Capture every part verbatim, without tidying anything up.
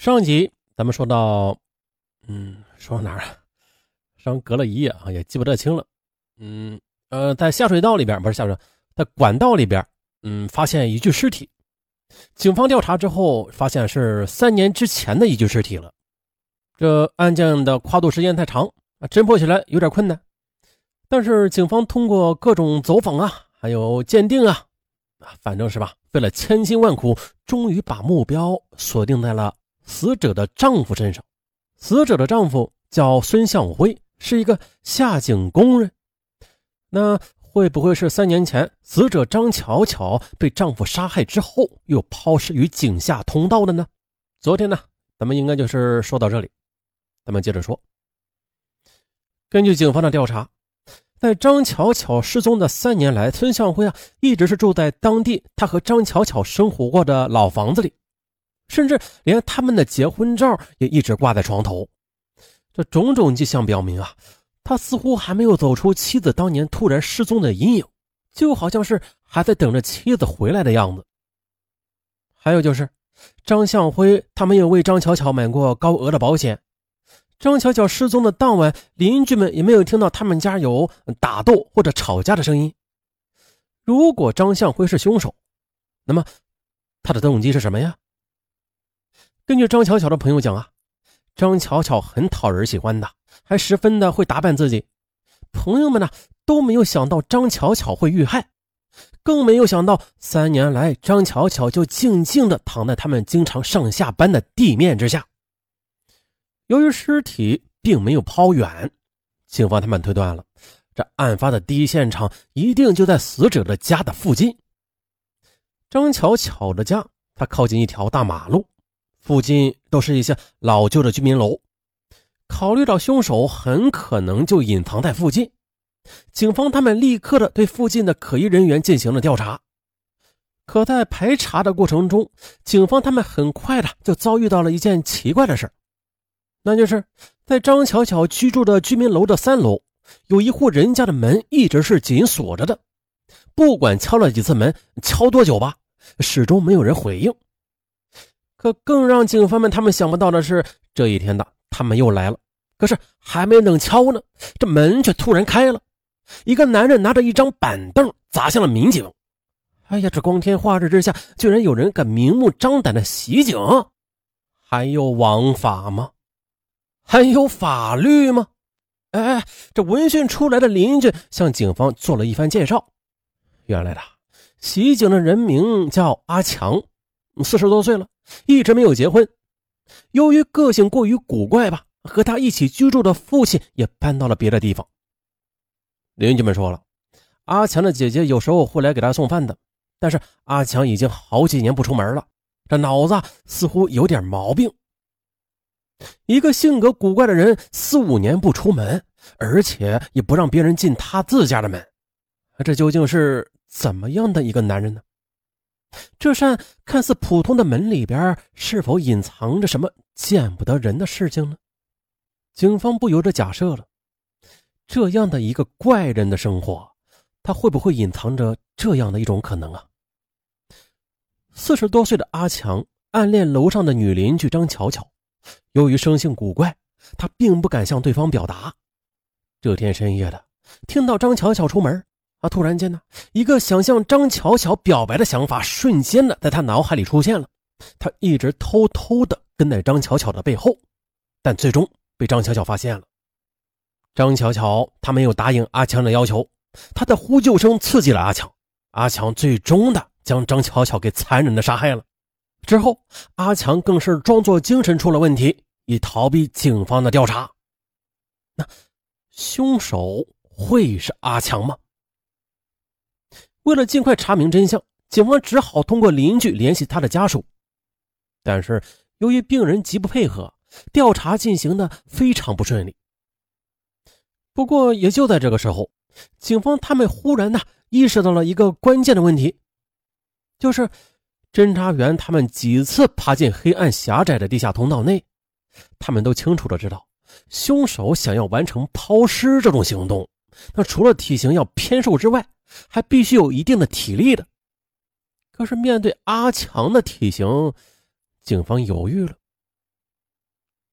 上集咱们说到，嗯，说到哪儿了？上隔了一夜啊，也记不得清了。嗯，呃，在下水道里边，不是下水道，在管道里边，嗯，发现一具尸体。警方调查之后，发现是三年之前的一具尸体了。这案件的跨度时间太长啊，侦破起来有点困难。但是警方通过各种走访啊，还有鉴定啊，啊，反正是吧，费了千辛万苦，终于把目标锁定在了死者的丈夫身上。死者的丈夫叫孙向辉，是一个下井工人。那会不会是三年前死者张巧巧被丈夫杀害之后又抛尸于井下通道的呢？昨天呢，咱们应该就是说到这里，咱们接着说。根据警方的调查，在张巧巧失踪的三年来，孙向辉啊一直是住在当地他和张巧巧生活过的老房子里，甚至连他们的结婚照也一直挂在床头。这种种迹象表明啊，他似乎还没有走出妻子当年突然失踪的阴影，就好像是还在等着妻子回来的样子。还有就是张向辉他没有为张巧巧买过高额的保险，张巧巧失踪的当晚，邻居们也没有听到他们家有打斗或者吵架的声音。如果张向辉是凶手，那么他的动机是什么呀？根据张巧巧的朋友讲啊，张巧巧很讨人喜欢的，还十分的会打扮自己。朋友们呢都没有想到张巧巧会遇害，更没有想到三年来张巧巧就静静地躺在他们经常上下班的地面之下。由于尸体并没有抛远，警方他们推断了这案发的第一现场一定就在死者的家的附近。张巧巧的家它靠近一条大马路，附近都是一些老旧的居民楼，考虑到凶手很可能就隐藏在附近，警方他们立刻的对附近的可疑人员进行了调查。可在排查的过程中，警方他们很快的就遭遇到了一件奇怪的事，那就是在张巧巧居住的居民楼的三楼，有一户人家的门一直是紧锁着的，不管敲了几次门，敲多久吧，始终没有人回应。可更让警方们他们想不到的是，这一天的他们又来了，可是还没等敲呢，这门却突然开了，一个男人拿着一张板凳砸向了民警。哎呀，这光天化日之下，居然有人敢明目张胆的袭警，还有王法吗？还有法律吗？哎，这闻讯出来的邻居向警方做了一番介绍。原来的袭警的人名叫阿强，四十多岁了，一直没有结婚。由于个性过于古怪吧，和他一起居住的父亲也搬到了别的地方。邻居们说了，阿强的姐姐有时候会来给他送饭的，但是阿强已经好几年不出门了，这脑子似乎有点毛病。一个性格古怪的人四五年不出门，而且也不让别人进他自家的门，这究竟是怎么样的一个男人呢？这扇看似普通的门里边是否隐藏着什么见不得人的事情呢？警方不由得假设了，这样的一个怪人的生活，他会不会隐藏着这样的一种可能啊？四十多岁的阿强暗恋楼上的女邻居张巧巧，由于生性古怪，他并不敢向对方表达。这天深夜的，听到张巧巧出门啊，突然间呢，一个想向张巧巧表白的想法瞬间的在他脑海里出现了。他一直偷偷的跟在张巧巧的背后，但最终被张巧巧发现了。张巧巧他没有答应阿强的要求，他的呼救声刺激了阿强，阿强最终的将张巧巧给残忍的杀害了。之后阿强更是装作精神出了问题，以逃避警方的调查。那凶手会是阿强吗？为了尽快查明真相，警方只好通过邻居联系他的家属，但是由于病人极不配合，调查进行的非常不顺利。不过也就在这个时候，警方他们忽然呢意识到了一个关键的问题，就是侦查员他们几次爬进黑暗狭窄的地下通道内，他们都清楚的知道，凶手想要完成抛尸这种行动，那除了体型要偏瘦之外，还必须有一定的体力的。可是面对阿强的体型，警方犹豫了。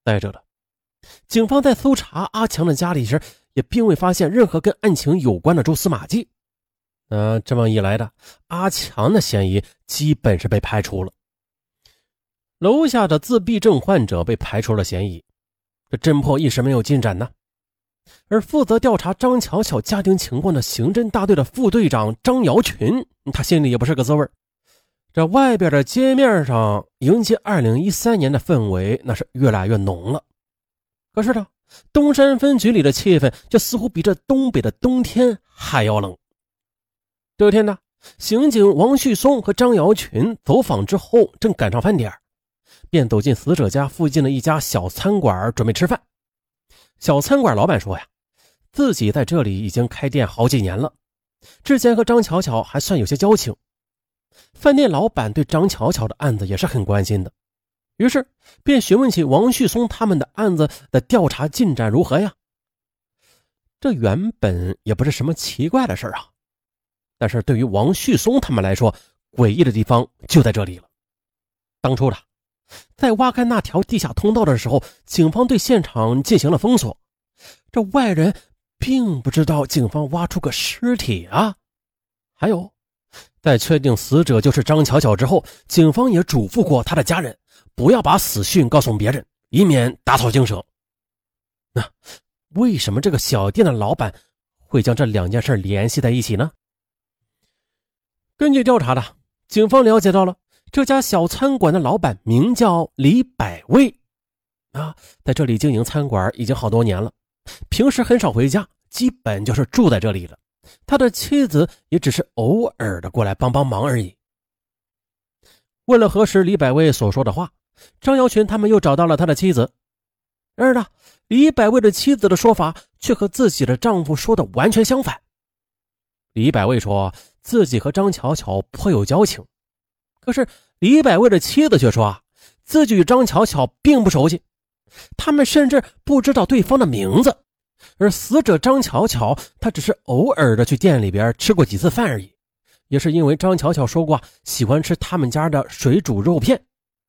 待着的。警方在搜查阿强的家里时，也并未发现任何跟案情有关的蛛丝马迹。呃，这么一来的，阿强的嫌疑基本是被排除了。楼下的自闭症患者被排除了嫌疑，这侦破一时没有进展呢。而负责调查张巧巧家庭情况的刑侦大队的副队长张瑶群，他心里也不是个滋味。这外边的街面上迎接二零一三年的氛围那是越来越浓了。可是呢，东山分局里的气氛就似乎比这东北的冬天还要冷。这天呢，刑警王旭松和张瑶群走访之后，正赶上饭点，便走进死者家附近的一家小餐馆准备吃饭。小餐馆老板说呀，自己在这里已经开店好几年了，之前和张巧巧还算有些交情。饭店老板对张巧巧的案子也是很关心的，于是便询问起王旭松他们的案子的调查进展如何呀。这原本也不是什么奇怪的事啊，但是对于王旭松他们来说，诡异的地方就在这里了。当初的在挖开那条地下通道的时候，警方对现场进行了封锁，这外人并不知道警方挖出个尸体啊。还有，在确定死者就是张巧巧之后，警方也嘱咐过他的家人不要把死讯告诉别人，以免打草惊蛇。那为什么这个小店的老板会将这两件事联系在一起呢？根据调查的，警方了解到了这家小餐馆的老板名叫李百卫啊，在这里经营餐馆已经好多年了，平时很少回家，基本就是住在这里了。他的妻子也只是偶尔的过来帮帮忙而已。为了核实李百卫所说的话，张瑶群他们又找到了他的妻子。然而呢，李百卫的妻子的说法却和自己的丈夫说的完全相反。李百卫说自己和张巧巧颇有交情，可是李百卫的妻子却说啊，自己与张巧巧并不熟悉，他们甚至不知道对方的名字。而死者张巧巧她只是偶尔的去店里边吃过几次饭而已，也是因为张巧巧说过喜欢吃他们家的水煮肉片。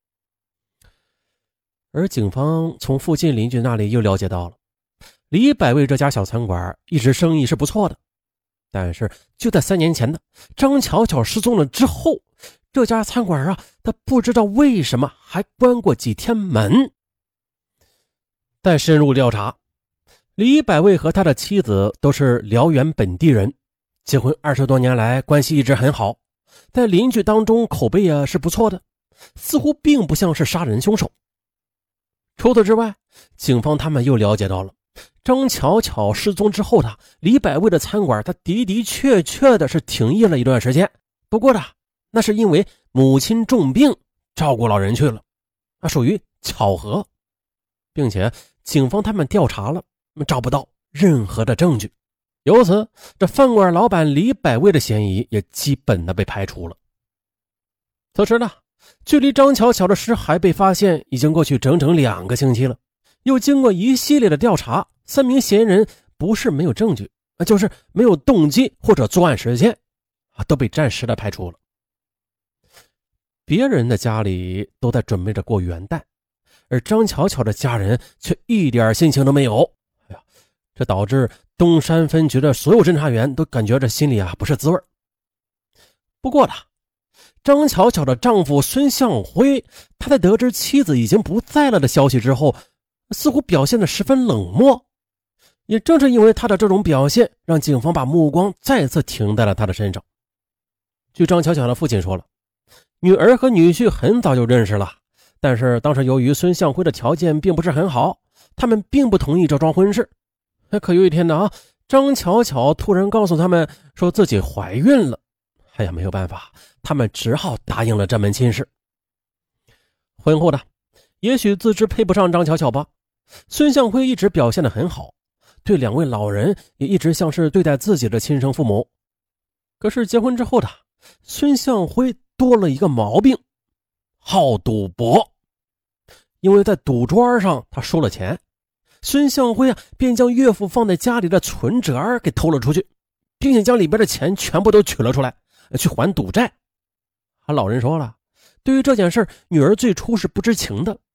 而警方从附近邻居那里又了解到了，李百卫这家小餐馆一直生意是不错的，但是就在三年前的张巧巧失踪了之后，这家餐馆啊，他不知道为什么还关过几天门。再深入调查，李百卫和他的妻子都是辽源本地人，结婚二十多年来关系一直很好，在邻居当中口碑啊是不错的，似乎并不像是杀人凶手。除此之外，警方他们又了解到了张巧巧失踪之后的李百卫的餐馆，他的的确确的是停业了一段时间，不过的那是因为母亲重病照顾老人去了，那属于巧合，并且警方他们调查了，找不到任何的证据，由此这饭馆老板李百卫的嫌疑也基本的被排除了。此时呢，距离张巧巧的尸骸被发现已经过去整整两个星期了，又经过一系列的调查，三名嫌疑人不是没有证据，就是没有动机或者作案时间，都被暂时的排除了。别人的家里都在准备着过元旦，而张巧巧的家人却一点心情都没有。哎呀，这导致东山分局的所有侦查员都感觉这心里啊不是滋味。不过呢，张巧巧的丈夫孙向辉，他在得知妻子已经不在了的消息之后，似乎表现得十分冷漠。也正是因为他的这种表现，让警方把目光再次停在了他的身上。据张巧巧的父亲说了，女儿和女婿很早就认识了，但是当时由于孙向辉的条件并不是很好，他们并不同意这桩婚事。可有一天呢啊，张巧巧突然告诉他们说自己怀孕了。哎呀，没有办法，他们只好答应了这门亲事。婚后的也许自知配不上张巧巧吧，孙向辉一直表现得很好，对两位老人也一直像是对待自己的亲生父母。可是结婚之后的孙向辉多了一个毛病，好赌博。因为在赌桌上他输了钱，孙向辉啊便将岳父放在家里的存折给偷了出去，并且将里边的钱全部都取了出来去还赌债。老人说了，对于这件事女儿最初是不知情的，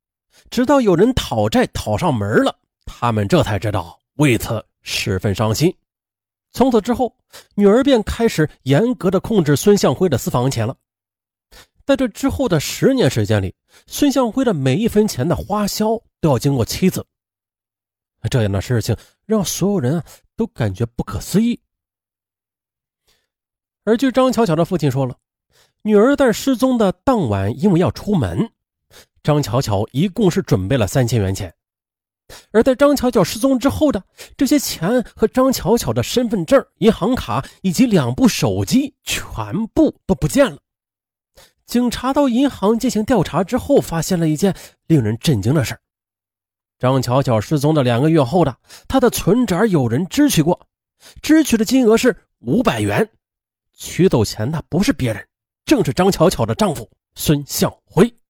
直到有人讨债讨上门了，他们这才知道，为此十分伤心。从此之后，女儿便开始严格的控制孙向辉的私房钱了。在这之后的十年时间里，孙向辉的每一分钱的花销都要经过妻子。这样的事情让所有人啊都感觉不可思议。而据张巧巧的父亲说了，女儿在失踪的当晚因为要出门，张巧巧一共是准备了三千元钱。而在张巧巧失踪之后的这些钱和张巧巧的身份证、银行卡以及两部手机全部都不见了。警察到银行进行调查之后，发现了一件令人震惊的事。张巧巧失踪的两个月后的她的存折有人支取过，支取的金额是五百元，取走钱的不是别人，正是张巧巧的丈夫孙向辉。